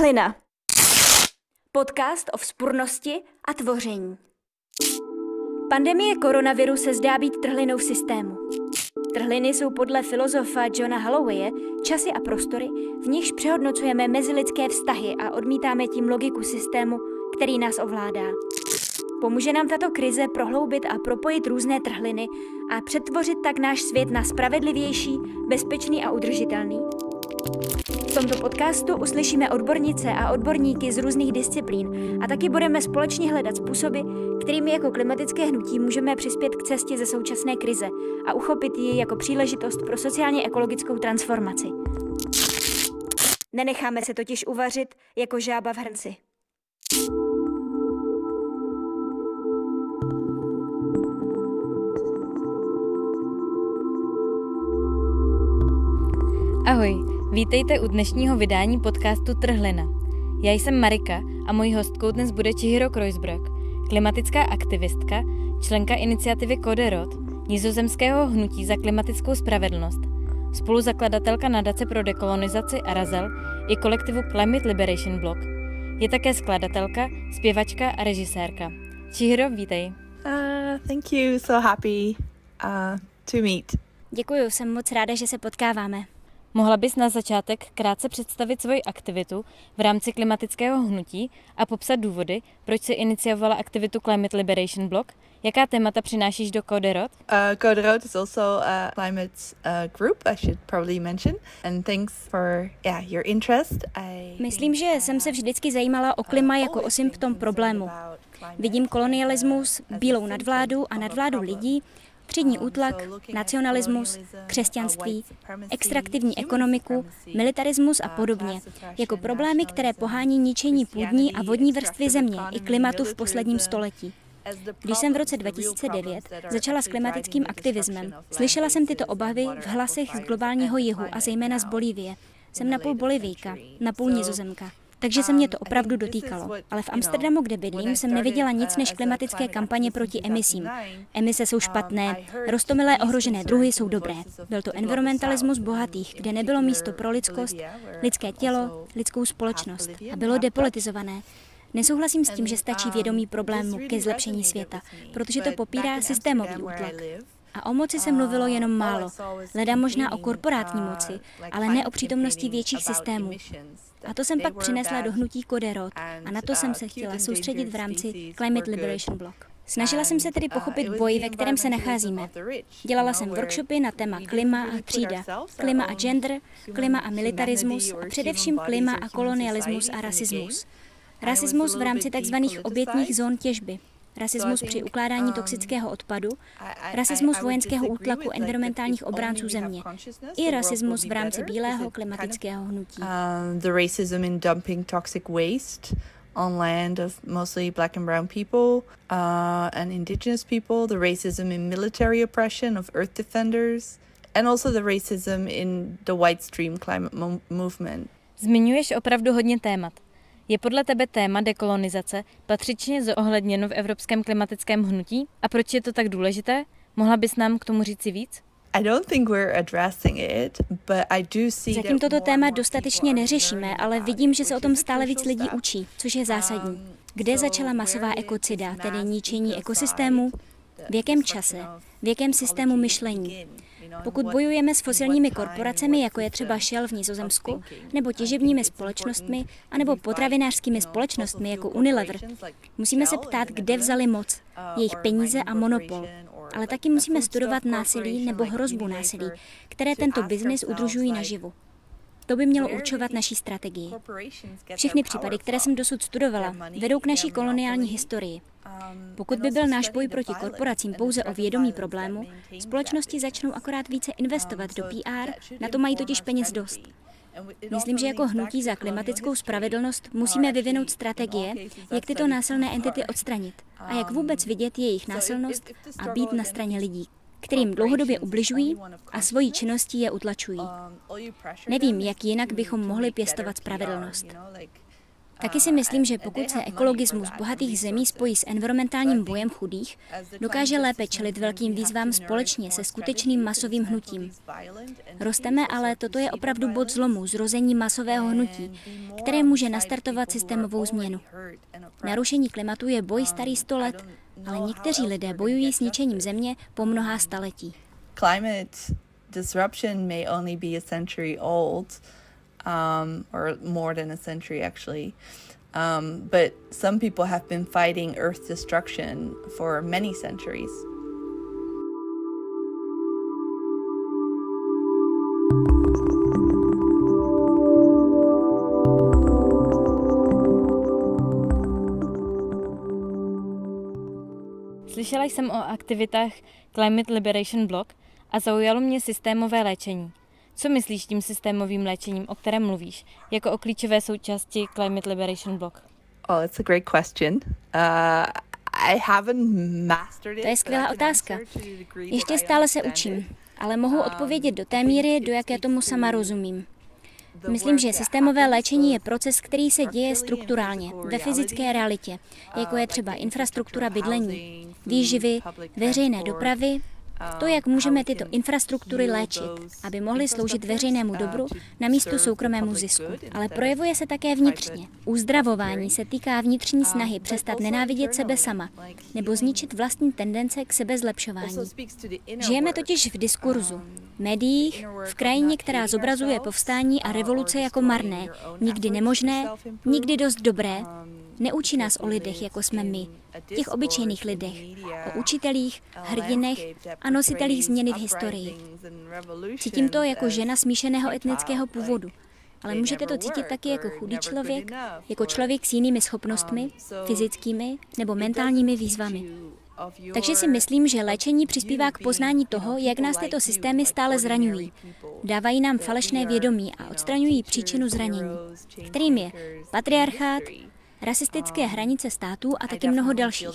Trhlina. Podcast o vzpurnosti a tvoření. Pandemie koronaviru se zdá být trhlinou v systému. Trhliny jsou podle filozofa Johna Hollowaye časy a prostory, v nichž přehodnocujeme mezilidské vztahy a odmítáme tím logiku systému, který nás ovládá. Pomůže nám tato krize prohloubit a propojit různé trhliny a přetvořit tak náš svět na spravedlivější, bezpečný a udržitelný? V tomto podcastu uslyšíme odbornice a odborníky z různých disciplín a taky budeme společně hledat způsoby, kterými jako klimatické hnutí můžeme přispět k cestě ze současné krize a uchopit ji jako příležitost pro sociálně ekologickou transformaci. Nenecháme se totiž uvařit jako žába v hrnci. Ahoj, vítejte u dnešního vydání podcastu Trhlina. Já jsem Marika a mojí hostkou dnes bude Chihiro Kroijsbroek, klimatická aktivistka, členka iniciativy Code Rood, nizozemského hnutí za klimatickou spravedlnost, spoluzakladatelka nadace pro dekolonizaci Arazel i kolektivu Climate Liberation Bloc. Je také skladatelka, zpěvačka a režisérka. Chihiro, vítej. Thank you, so happy to meet. Děkuju, jsem moc ráda, že se potkáváme. Mohla bys na začátek krátce představit svoji aktivitu v rámci klimatického hnutí a popsat důvody, proč jsi iniciovala aktivitu Climate Liberation Bloc? Jaká témata přinášíš do Code Rood? Code Rood is also a climate group, I should probably mention. And thanks for your interest. Myslím, že jsem se vždycky zajímala o klima jako o symptom problému. Vidím kolonialismus, bílou nadvládu a nadvládu lidí, třídní útlak, nacionalismus, křesťanství, extraktivní ekonomiku, militarismus a podobně, jako problémy, které pohání ničení půdní a vodní vrstvy země i klimatu v posledním století. Když jsem v roce 2009 začala s klimatickým aktivismem, slyšela jsem tyto obavy v hlasech z globálního jihu a zejména z Bolívie. Jsem napůl Bolivijka, napůl Nizozemka. Takže se mě to opravdu dotýkalo. Ale v Amsterdamu, kde bydlím, jsem neviděla nic než klimatické kampaně proti emisím. Emise jsou špatné, roztomilé ohrožené druhy jsou dobré. Byl to environmentalismus bohatých, kde nebylo místo pro lidskost, lidské tělo, lidskou společnost. A bylo depolitizované. Nesouhlasím s tím, že stačí vědomí problému ke zlepšení světa, protože to popírá systémový útlak. A o moci se mluvilo jenom málo. Leda možná o korporátní moci, ale ne o přítomnosti větších systémů. A to jsem pak přinesla do hnutí Code Rood a na to jsem se chtěla soustředit v rámci Climate Liberation Bloc. Snažila jsem se tedy pochopit boj, ve kterém se nacházíme. Dělala jsem workshopy na téma klima a třída, klima a gender, klima a militarismus a především klima a kolonialismus a rasismus. Rasismus v rámci tzv. Obětních zón těžby. Rasismus při ukládání toxického odpadu, rasismus vojenského útlaku environmentálních obránců země i rasismus v rámci bílého klimatického hnutí. The racism in dumping toxic waste on land of mostly black and brown people and indigenous people, the racism in military oppression of earth defenders and also the racism in the white stream climate movement. Zmiňuješ opravdu hodně témat. Je podle tebe téma dekolonizace patřičně zohledněno v evropském klimatickém hnutí? A proč je to tak důležité? Mohla bys nám k tomu říci víc? Zatím toto téma dostatečně neřešíme, ale vidím, že se o tom stále víc lidí učí, což je zásadní. Kde začala masová ekocida, tedy ničení ekosystému? V jakém čase? V jakém systému myšlení? Pokud bojujeme s fosilními korporacemi, jako je třeba Shell v Nizozemsku, nebo těžebními společnostmi, anebo potravinářskými společnostmi jako Unilever, musíme se ptát, kde vzali moc, jejich peníze a monopol. Ale taky musíme studovat násilí nebo hrozbu násilí, které tento biznis udržují naživu. To by mělo určovat naší strategii. Všechny případy, které jsem dosud studovala, vedou k naší koloniální historii. Pokud by byl náš boj proti korporacím pouze o vědomí problému, společnosti začnou akorát více investovat do PR, na to mají totiž peněz dost. Myslím, že jako hnutí za klimatickou spravedlnost musíme vyvinout strategie, jak tyto násilné entity odstranit a jak vůbec vidět jejich násilnost a být na straně lidí, kterým dlouhodobě ubližují a svojí činností je utlačují. Nevím, jak jinak bychom mohli pěstovat spravedlnost. Taky si myslím, že pokud se ekologismus bohatých zemí spojí s environmentálním bojem chudých, dokáže lépe čelit velkým výzvám společně se skutečným masovým hnutím. Rosteme, ale toto je opravdu bod zlomu, zrození masového hnutí, které může nastartovat systémovou změnu. Narušení klimatu je boj starý 100 let, ale někteří lidé bojují s ničením země po mnohá staletí. Climate disruption may only be a century old, or more than a century actually. But some people have been fighting Earth destruction for many centuries. Slyšela jsem o aktivitách Climate Liberation Bloc a zaujalo mě systémové léčení. Co myslíš tím systémovým léčením, o kterém mluvíš, jako o klíčové součásti Climate Liberation Bloc? Oh, it's a great question. I haven't mastered it. To je skvělá otázka. Ještě stále se učím, ale mohu odpovědět do té míry, do jaké tomu sama rozumím. Myslím, že systémové léčení je proces, který se děje strukturálně, ve fyzické realitě, jako je třeba infrastruktura bydlení, výživy, veřejné dopravy, to, jak můžeme tyto infrastruktury léčit, aby mohly sloužit veřejnému dobru namísto soukromému zisku. Ale projevuje se také vnitřně. Uzdravování se týká vnitřní snahy přestat nenávidět sebe sama nebo zničit vlastní tendence k sebezlepšování. Žijeme totiž v diskurzu, médiích, v krajině, která zobrazuje povstání a revoluce jako marné, nikdy nemožné, nikdy dost dobré. Neučí nás o lidech, jako jsme my, těch obyčejných lidech, o učitelích, hrdinech a nositelích změny v historii. Cítím to jako žena smíšeného etnického původu, ale můžete to cítit taky jako chudý člověk, jako člověk s jinými schopnostmi, fyzickými nebo mentálními výzvami. Takže si myslím, že léčení přispívá k poznání toho, jak nás tyto systémy stále zraňují. Dávají nám falešné vědomí a odstraňují příčinu zranění, kterým je patriarchát, rasistické hranice států a taky mnoho dalších.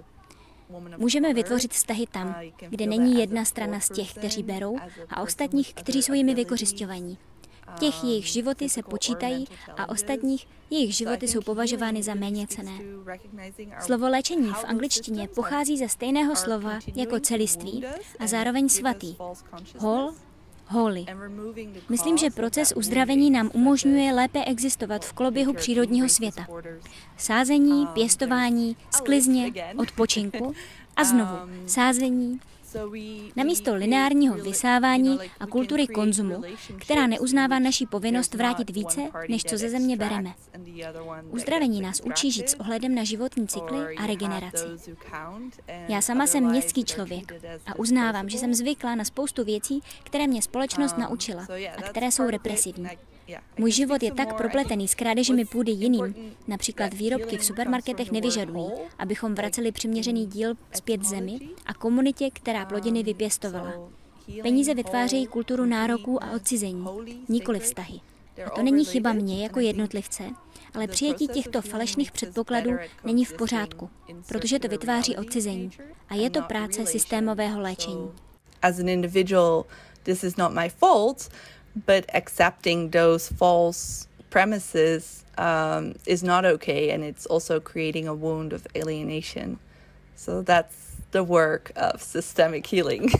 Můžeme vytvořit vztahy tam, kde není jedna strana z těch, kteří berou, a ostatních, kteří jsou jimi vykořisťovaní. Těch, jejich životy se počítají a ostatních, jejich životy jsou považovány za méněcenné. Slovo léčení v angličtině pochází ze stejného slova jako celiství a zároveň svatý. Whole, holy. Myslím, že proces uzdravení nám umožňuje lépe existovat v koloběhu přírodního světa. Sázení, pěstování, sklizně, odpočinku a znovu sázení. Namísto lineárního vysávání a kultury konzumu, která neuznává naši povinnost vrátit více, než co ze země bereme. Uzdravení nás učí žít s ohledem na životní cykly a regeneraci. Já sama jsem městský člověk a uznávám, že jsem zvyklá na spoustu věcí, které mě společnost naučila a které jsou represivní. Můj život je tak propletený s krádežemi půdy jiným, například výrobky v supermarketech nevyžadují, abychom vraceli přiměřený díl zpět zemi a komunitě, která plodiny vypěstovala. Peníze vytvářejí kulturu nároků a odcizení, nikoli vztahy. A to není chyba mě jako jednotlivce, ale přijetí těchto falešných předpokladů není v pořádku, protože to vytváří odcizení. A je to práce systémového léčení. As an individual, this is not my fault. But accepting those false premises is not okay, and it's also creating a wound of alienation. So that's the work of systemic healing.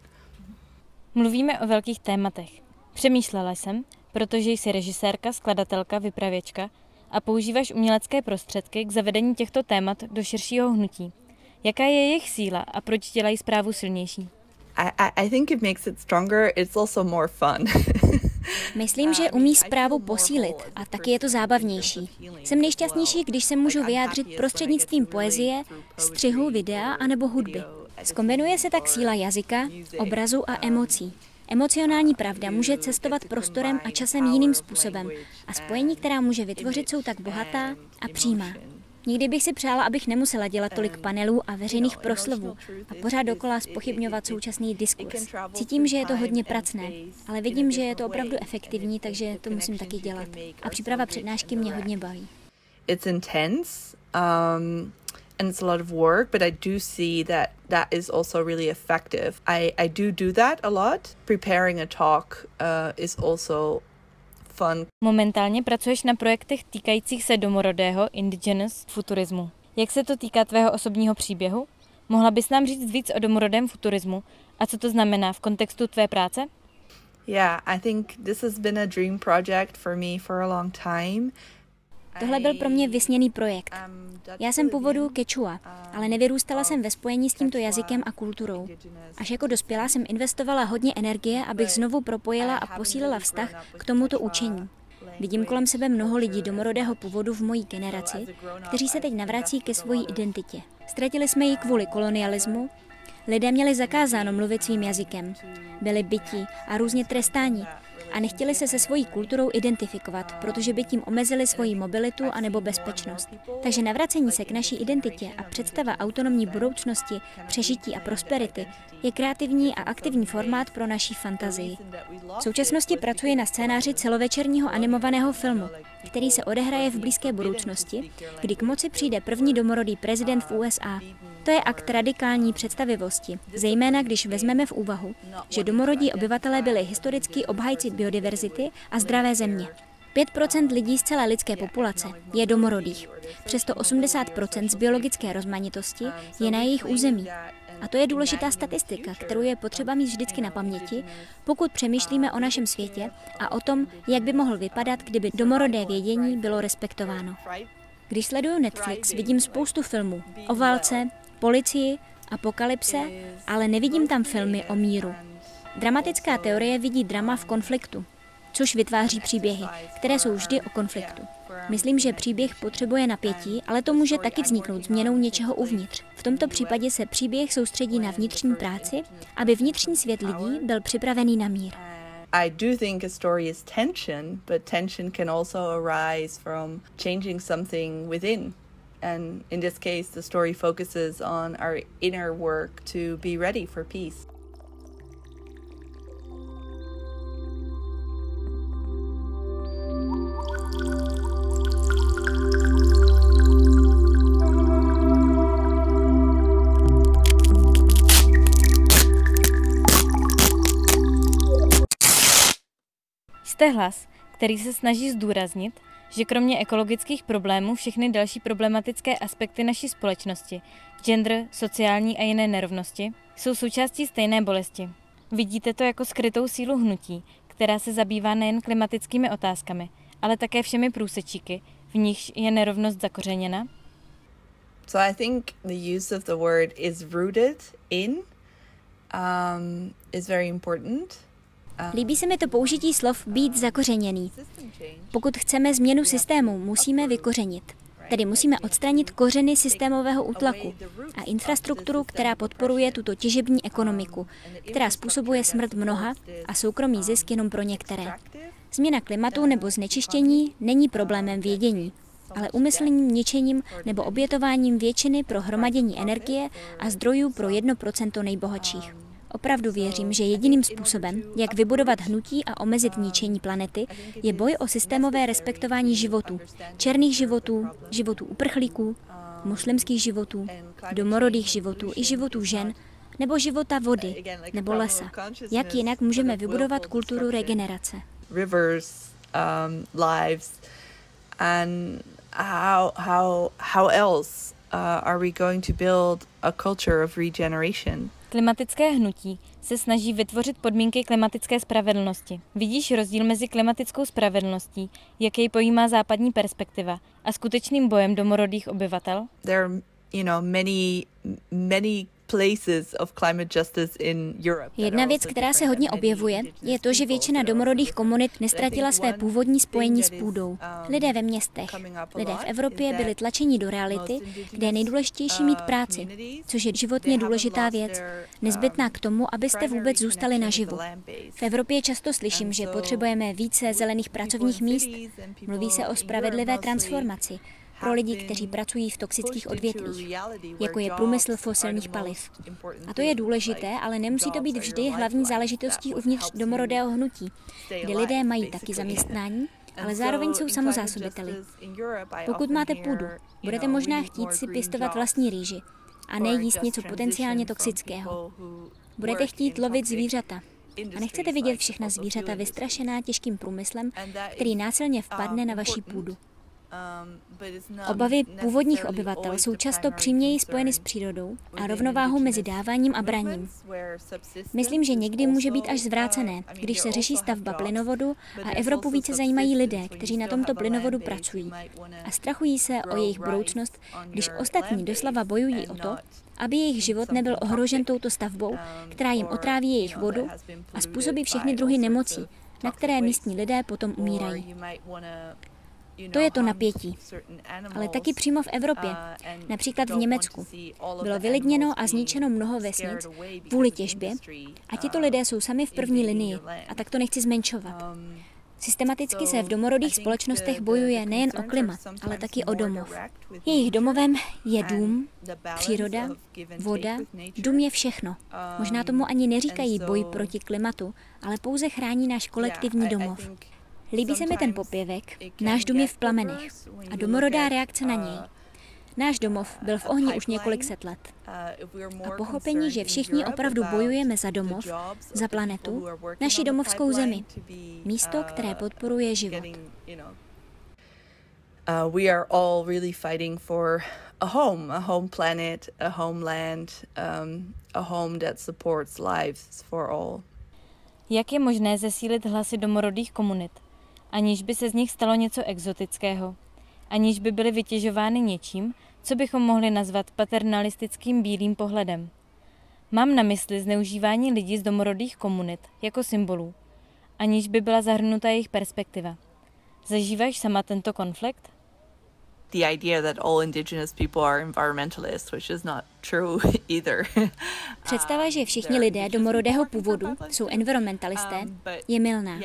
Mluvíme o velkých tématech. Přemýšlela jsem, protože jsi režisérka, skladatelka, vypravěčka a používáš umělecké prostředky k zavedení těchto témat do širšího hnutí. Jaká je jejich síla a proč dělají zprávu silnější? I think it makes it stronger. It's also more fun. Myslím, že umí zprávu posílit a taky je to zábavnější. Jsem nejšťastnější, když se můžu vyjádřit prostřednictvím poezie, střihu, videa anebo hudby. Zkombinuje se tak síla jazyka, obrazu a emocí. Emocionální pravda může cestovat prostorem a časem jiným způsobem a spojení, která může vytvořit, jsou tak bohatá a přímá. Nikdy bych si přála, abych nemusela dělat tolik panelů a veřejných proslovů a pořád dokola zpochybňovat současný diskurs. Cítím, že je to hodně pracné, ale vidím, že je to opravdu efektivní, takže to musím taky dělat. A příprava přednášky mě hodně baví. It's intense, and it's a lot of work, but I do see that is also really effective. I do that a lot. Preparing a talk is also fun. Momentálně pracuješ na projektech týkajících se domorodého indigenous futurismu. Jak se to týká tvého osobního příběhu? Mohla bys nám říct víc o domorodém futurismu a co to znamená v kontextu tvé práce? Yeah, I think this has been a dream project for me for a long time. Tohle byl pro mě vysněný projekt. Já jsem původu Quechua, ale nevyrůstala jsem ve spojení s tímto jazykem a kulturou. Až jako dospělá jsem investovala hodně energie, abych znovu propojila a posílila vztah k tomuto učení. Vidím kolem sebe mnoho lidí domorodého původu v mojí generaci, kteří se teď navrací ke své identitě. Ztratili jsme ji kvůli kolonialismu. Lidé měli zakázáno mluvit svým jazykem. Byli byti a různě trestáni a nechtěli se svojí kulturou identifikovat, protože by tím omezili svoji mobilitu anebo bezpečnost. Takže navracení se k naší identitě a představa autonomní budoucnosti, přežití a prosperity je kreativní a aktivní formát pro naší fantazii. V současnosti pracuji na scénáři celovečerního animovaného filmu, který se odehraje v blízké budoucnosti, kdy k moci přijde první domorodý prezident v USA. To je akt radikální představivosti, zejména když vezmeme v úvahu, že domorodí obyvatelé byli historicky obhájci biodiverzity a zdravé země. 5% lidí z celé lidské populace je domorodých. Přesto 80% z biologické rozmanitosti je na jejich území. A to je důležitá statistika, kterou je potřeba mít vždycky na paměti, pokud přemýšlíme o našem světě a o tom, jak by mohl vypadat, kdyby domorodé vědění bylo respektováno. Když sleduju Netflix, vidím spoustu filmů o válce, policii, apokalypse, ale nevidím tam filmy o míru. Dramatická teorie vidí drama v konfliktu, což vytváří příběhy, které jsou vždy o konfliktu. Myslím, že příběh potřebuje napětí, ale to může taky vzniknout změnou něčeho uvnitř. V tomto případě se příběh soustředí na vnitřní práci, aby vnitřní svět lidí byl připravený na mír. I do think a story is tension, but tension can also arise from changing something within. And in this case, the story focuses on our inner work to be ready for peace. Jste hlas, který se snaží zdůraznit, že kromě ekologických problémů všechny další problematické aspekty naší společnosti, gender, sociální a jiné nerovnosti, jsou součástí stejné bolesti. Vidíte to jako skrytou sílu hnutí, která se zabývá nejen klimatickými otázkami, ale také všemi průsečíky, v nichž je nerovnost zakořeněna? So I think the use of the word is rooted in is very important. Líbí se mi to použití slov být zakořeněný. Pokud chceme změnu systému, musíme vykořenit. Tedy musíme odstranit kořeny systémového útlaku a infrastrukturu, která podporuje tuto těžební ekonomiku, která způsobuje smrt mnoha a soukromý zisk jenom pro některé. Změna klimatu nebo znečištění není problémem vědění, ale úmyslným ničením nebo obětováním většiny pro hromadění energie a zdrojů pro 1% nejbohatších. Opravdu věřím, že jediným způsobem, jak vybudovat hnutí a omezit ničení planety, je boj o systémové respektování životů, černých životů, životů uprchlíků, muslimských životů, domorodých životů i životů žen, nebo života vody, nebo lesa. Jak jinak můžeme vybudovat kulturu regenerace? Rivers, lives, and how else are we going to build a culture of regeneration? Klimatické hnutí se snaží vytvořit podmínky klimatické spravedlnosti. Vidíš rozdíl mezi klimatickou spravedlností, jak jej pojímá západní perspektiva, a skutečným bojem domorodých obyvatel? There are, many places of climate justice in Europe. Jedna věc, která se hodně objevuje, je to, že většina domorodých komunit neztratila své původní spojení s půdou. Lidé ve městech, lidé v Evropě byli tlačeni do reality, kde je nejdůležitější mít práci, což je životně důležitá věc, nezbytná k tomu, abyste vůbec zůstali naživu. V Evropě často slyším, že potřebujeme více zelených pracovních míst. Mluví se o spravedlivé transformaci pro lidi, kteří pracují v toxických odvětvích, jako je průmysl fosilních paliv. A to je důležité, ale nemusí to být vždy hlavní záležitostí uvnitř domorodého hnutí, kde lidé mají taky zaměstnání, ale zároveň jsou samozásobiteli. Pokud máte půdu, budete možná chtít si pěstovat vlastní rýži a ne jíst něco potenciálně toxického. Budete chtít lovit zvířata, A nechcete vidět všechna zvířata vystrašená těžkým průmyslem, který násilně vpadne na vaši půdu. Obavy původních obyvatel jsou často příměji spojeny s přírodou a rovnováhou mezi dáváním a braním. Myslím, že někdy může být až zvrácené, když se řeší stavba plynovodu a Evropu více zajímají lidé, kteří na tomto plynovodu pracují a strachují se o jejich budoucnost, když ostatní doslova bojují o to, aby jejich život nebyl ohrožen touto stavbou, která jim otráví jejich vodu a způsobí všechny druhy nemocí, na které místní lidé potom umírají. To je to napětí. Ale taky přímo v Evropě, například v Německu, bylo vylidněno a zničeno mnoho vesnic kvůli těžbě a tito lidé jsou sami v první linii a tak to nechci zmenšovat. Systematicky se v domorodých společnostech bojuje nejen o klima, ale taky o domov. Jejich domovem je dům, příroda, voda, dům je všechno. Možná tomu ani neříkají boj proti klimatu, ale pouze chrání náš kolektivní domov. Líbí se mi ten popěvek, náš dům je v plamenech a domorodá reakce na něj. Náš domov byl v ohni už několik set let. A pochopení, že všichni opravdu bojujeme za domov, za planetu, naši domovskou zemi, místo, které podporuje život. We are all really fighting for a home planet, a homeland, a home that supports lives for all. Jak je možné zesílit hlasy domorodých komunit, aniž by se z nich stalo něco exotického, aniž by byly vytěžovány něčím, co bychom mohli nazvat paternalistickým bílým pohledem? Mám na mysli zneužívání lidí z domorodých komunit jako symbolů, aniž by byla zahrnuta jejich perspektiva. Zažíváš sama tento konflikt? The idea that all indigenous people are environmentalists, which is not true either. Představa, že všichni lidé domorodého původu jsou environmentalisté, je mylná.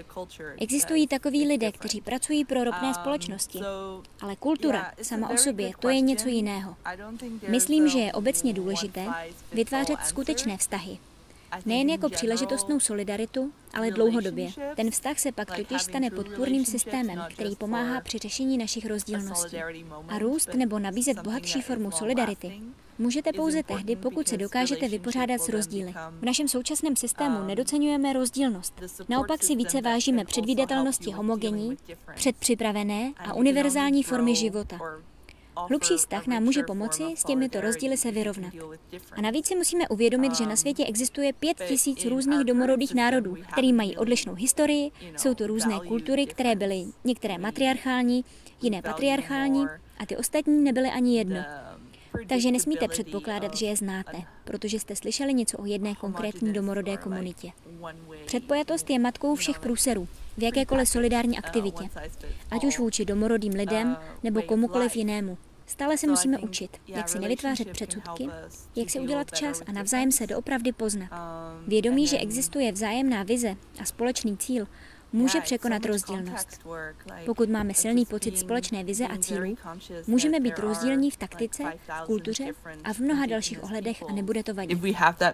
Existují takoví lidé, kteří pracují pro ropné společnosti, ale kultura sama o sobě, to je něco jiného. Myslím, že je obecně důležité vytvářet skutečné vztahy. Nejen jako příležitostnou solidaritu, ale dlouhodobě. Ten vztah se pak totiž stane podpůrným systémem, který pomáhá při řešení našich rozdílností. A růst nebo nabízet bohatší formu solidarity můžete pouze tehdy, pokud se dokážete vypořádat s rozdíly. V našem současném systému nedoceňujeme rozdílnost. Naopak si více vážíme předvídatelnosti homogenní, předpřipravené a univerzální formy života. Hlubší vztah nám může pomoci s těmito rozdíly se vyrovnat. A navíc si musíme uvědomit, že na světě existuje 5000 různých domorodých národů, který mají odlišnou historii, jsou to různé kultury, které byly některé matriarchální, jiné patriarchální a ty ostatní nebyly ani jedno. Takže nesmíte předpokládat, že je znáte, protože jste slyšeli něco o jedné konkrétní domorodé komunitě. Předpojatost je matkou všech průserů, v jakékoliv solidární aktivitě, ať už vůči domorodým lidem nebo komukoliv jinému. Stále se musíme učit, jak si nevytvářet předsudky, jak si udělat čas a navzájem se doopravdy poznat. Vědomí, že existuje vzájemná vize a společný cíl, může překonat rozdílnost. Pokud máme silný pocit společné vize a cílů, můžeme být rozdílní v taktice, v kultuře a v mnoha dalších ohledech a nebude to vadit.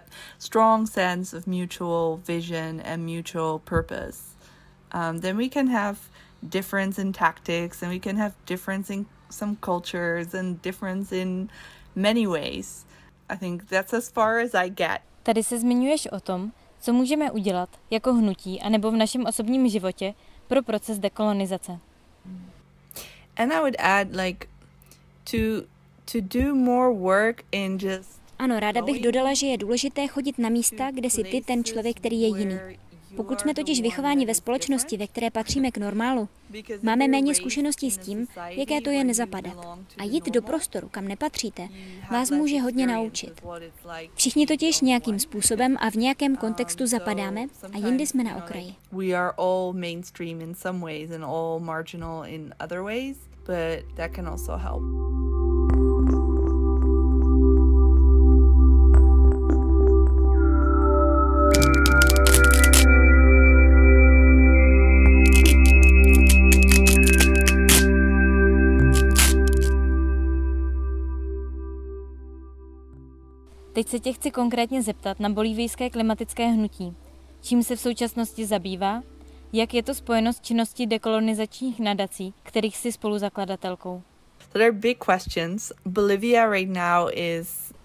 Then we can have difference in tactics and we can have difference in some cultures and difference in many ways. I think that's as far as I get. Tady se zmiňuješ o tom, co můžeme udělat jako hnutí anebo v našem osobním životě pro proces dekolonizace. And I would add to do more work in just. Ano, ráda bych dodala, že je důležité chodit na místa, kde si ty ten člověk, který je jiný. Pokud jsme totiž vychováni ve společnosti, ve které patříme k normálu, máme méně zkušeností s tím, jaké to je nezapadat. A jít do prostoru, kam nepatříte, vás může hodně naučit. Všichni totiž nějakým způsobem a v nějakém kontextu zapadáme a jindy jsme na okraji. We are all mainstream in some ways and all marginal in other ways, but that can also help. Teď se tě chci konkrétně zeptat na bolívijské klimatické hnutí. Čím se v současnosti zabývá? Jak je to spojeno s činností dekolonizačních nadací, kterých jsi spoluzakladatelkou? So there are big questions. Bolivia right now is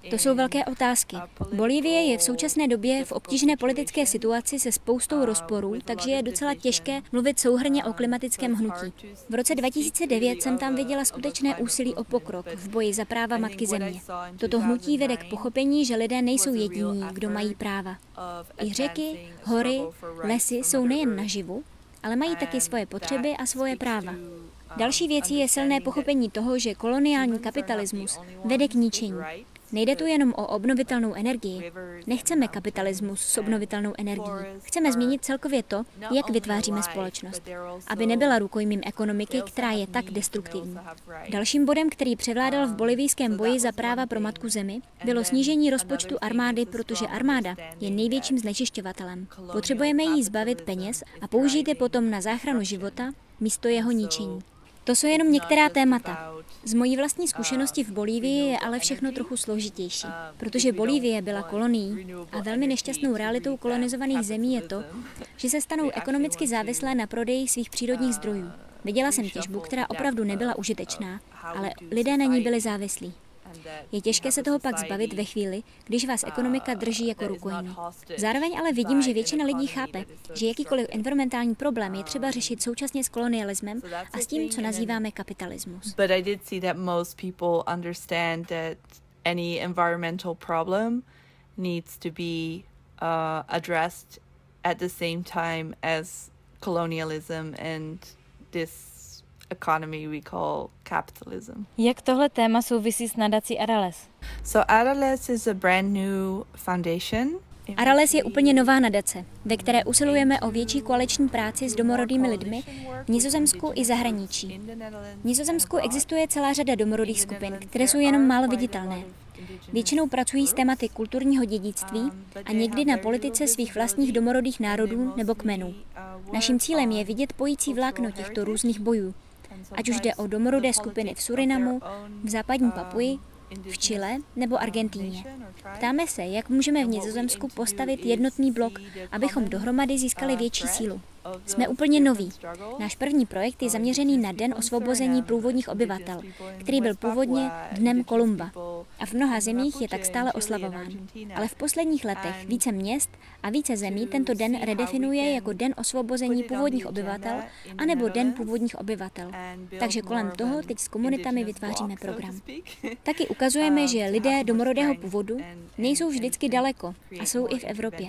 To jsou velké otázky. Bolívie je v současné době v obtížné politické situaci se spoustou rozporů, takže je docela těžké mluvit souhrnně o klimatickém hnutí. V roce 2009 jsem tam viděla skutečné úsilí o pokrok v boji za práva Matky Země. Toto hnutí vede k pochopení, že lidé nejsou jediní, kdo mají práva. I řeky, hory, lesy jsou nejen naživu, ale mají taky svoje potřeby a svoje práva. Další věcí je silné pochopení toho, že koloniální kapitalismus vede k ničení. Nejde tu jenom o obnovitelnou energii. Nechceme kapitalismus s obnovitelnou energií. Chceme změnit celkově to, jak vytváříme společnost, aby nebyla rukojmím ekonomiky, která je tak destruktivní. Dalším bodem, který převládal v bolivijském boji za práva pro Matku Zemi, bylo snížení rozpočtu armády, protože armáda je největším znečišťovatelem. Potřebujeme jí zbavit peněz a použít je potom na záchranu života místo jeho ničení. To jsou jenom některá témata. Z mojí vlastní zkušenosti v Bolívii je ale všechno trochu složitější, protože Bolívie byla kolonií a velmi nešťastnou realitou kolonizovaných zemí je to, že se stanou ekonomicky závislé na prodeji svých přírodních zdrojů. Viděla jsem těžbu, která opravdu nebyla užitečná, ale lidé na ní byli závislí. Je těžké se toho pak zbavit ve chvíli, když vás ekonomika drží jako rukojmí. Zároveň ale vidím, že většina lidí chápe, že jakýkoliv environmentální problém je třeba řešit současně s kolonialismem a s tím, co nazýváme kapitalismus. But I did see that most people understand that any environmental problem needs to be addressed at the same time as colonialism and this economy we call capitalism. Jak tohle téma souvisí s nadací Arales? So Arales is a brand new foundation. Arales je úplně nová nadace, ve které usilujeme o větší koaliční práci s domorodými lidmi v Nizozemsku i zahraničí. V Nizozemsku existuje celá řada domorodých skupin, které jsou jenom málo viditelné. Většinou pracují s tématy kulturního dědictví a někdy na politice svých vlastních domorodých národů nebo kmenů. Naším cílem je vidět pojící vlákno těchto různých bojů, ať už jde o domorodé skupiny v Surinamu, v západní Papuji, v Chile nebo Argentíně. Ptáme se, jak můžeme v Nizozemsku postavit jednotný blok, abychom dohromady získali větší sílu. Jsme úplně noví. Náš první projekt je zaměřený na Den osvobození průvodních obyvatel, který byl původně Dnem Kolumba. A v mnoha zemích je tak stále oslavován. Ale v posledních letech více měst a více zemí tento den redefinuje jako Den osvobození původních obyvatel anebo Den původních obyvatel. Takže kolem toho teď s komunitami vytváříme program. Taky ukazujeme, že lidé domorodého původu nejsou vždycky daleko a jsou i v Evropě.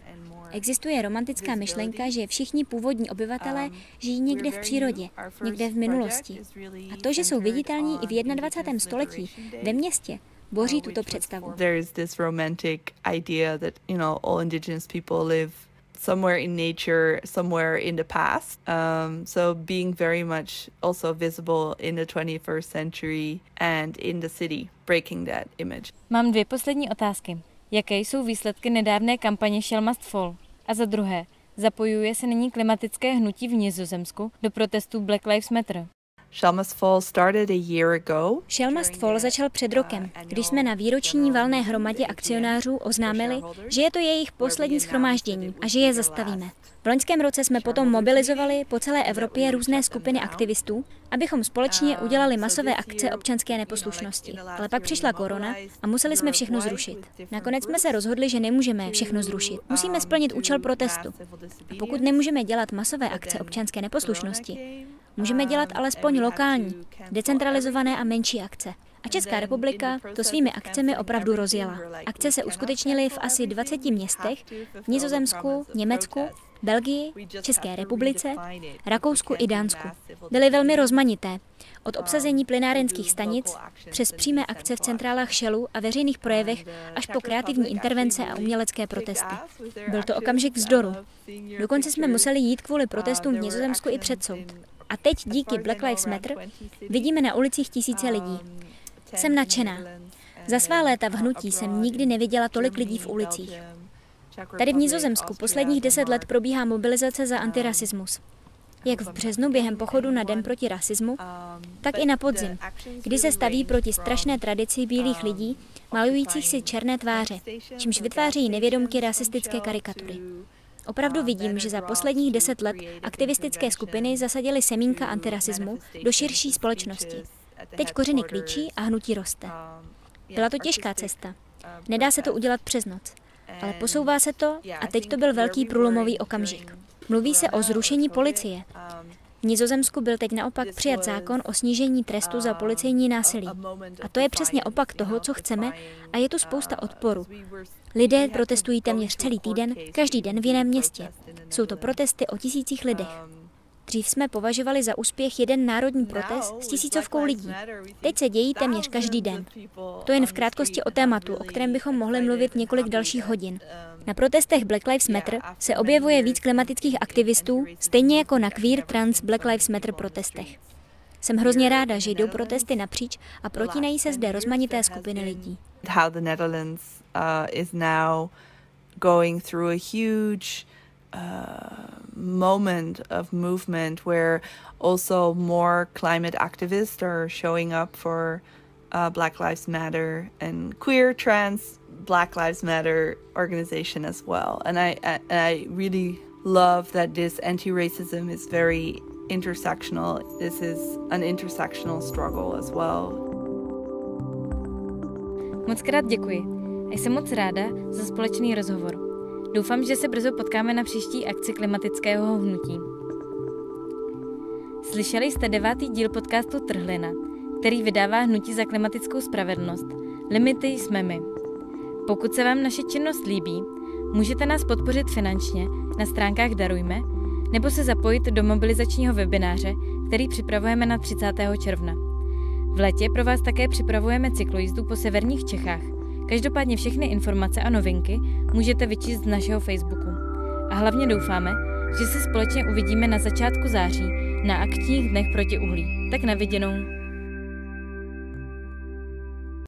Existuje romantická myšlenka, že všichni původní obyvatelé žijí někde v přírodě, někde v minulosti. A to, že jsou viditelní i v 21. století ve městě, boří tuto představu. There is this romantic idea that, all indigenous people live somewhere in nature, somewhere in the past. So being very much also visible in the 21st century and in the city, breaking that image. Mám 2 poslední otázky. Jaké jsou výsledky nedávné kampaně Shell Must Fall? A za druhé, zapojuje se nyní klimatické hnutí v Nizozemsku do protestů Black Lives Matter? Shell Must Fall started a year ago. Shell Must Fall začal před rokem, když jsme na výroční valné hromadě akcionářů oznámili, že je to jejich poslední shromáždění a že je zastavíme. V loňském roce jsme potom mobilizovali po celé Evropě různé skupiny aktivistů, abychom společně udělali masové akce občanské neposlušnosti. Ale pak přišla korona a museli jsme všechno zrušit. Nakonec jsme se rozhodli, že nemůžeme všechno zrušit. Musíme splnit účel protestu. A pokud nemůžeme dělat masové akce občanské neposlušnosti, můžeme dělat alespoň lokální, decentralizované a menší akce. A Česká republika to svými akcemi opravdu rozjela. Akce se uskutečnily v asi 20 městech, v Nizozemsku, Německu, Belgii, České republice, Rakousku i Dánsku. Byly velmi rozmanité, od obsazení plynárenských stanic přes přímé akce v centrálách Shellu a veřejných projevech až po kreativní intervence a umělecké protesty. Byl to okamžik vzdoru. Dokonce jsme museli jít kvůli protestům v Nizozemsku i před soud. A teď díky Black Lives Matter vidíme na ulicích tisíce lidí. Jsem nadšená. Za svá léta v hnutí jsem nikdy neviděla tolik lidí v ulicích. Tady v Nizozemsku posledních 10 let probíhá mobilizace za antirasismus. Jak v březnu během pochodu na Den proti rasismu, tak i na podzim, kdy se staví proti strašné tradici bílých lidí, malujících si černé tváře, čímž vytvářejí nevědomky rasistické karikatury. Opravdu vidím, že za posledních 10 let aktivistické skupiny zasadily semínka antirasismu do širší společnosti. Teď kořeny klíčí a hnutí roste. Byla to těžká cesta. Nedá se to udělat přes noc. Ale posouvá se to a teď to byl velký průlomový okamžik. Mluví se o zrušení policie. V Nizozemsku byl teď naopak přijat zákon o snížení trestu za policejní násilí. A to je přesně opak toho, co chceme, a je tu spousta odporu. Lidé protestují téměř celý týden, každý den v jiném městě. Jsou to protesty o tisících lidech. Dřív jsme považovali za úspěch jeden národní protest s tisícovkou lidí. Teď se dějí téměř každý den. To jen v krátkosti o tématu, o kterém bychom mohli mluvit několik dalších hodin. Na protestech Black Lives Matter se objevuje víc klimatických aktivistů, stejně jako na queer, trans, Black Lives Matter protestech. Jsem hrozně ráda, že jdou protesty napříč a protínají se zde rozmanité skupiny lidí. How the Netherlands is now going through a huge moment of movement where also more climate activists are showing up for Black Lives Matter and queer, trans, Black Lives Matter organization as well. And I really love that this anti-racism is very intersectional. This is an intersectional struggle as well. Moc krát děkuji. A jsem moc ráda za společný rozhovor. Doufám, že se brzo potkáme na příští akci klimatického hnutí. Slyšeli jste 9. díl podcastu Trhlina, který vydává Hnutí za klimatickou spravedlnost. Limity jsme my. Pokud se vám naše činnost líbí, můžete nás podpořit finančně na stránkách Darujme nebo se zapojit do mobilizačního webináře, který připravujeme na 30. června. V létě pro vás také připravujeme cyklojízdu po severních Čechách. Každopádně všechny informace a novinky můžete vyčíst z našeho Facebooku. A hlavně doufáme, že se společně uvidíme na začátku září na akčních dnech proti uhlí. Tak na viděnou.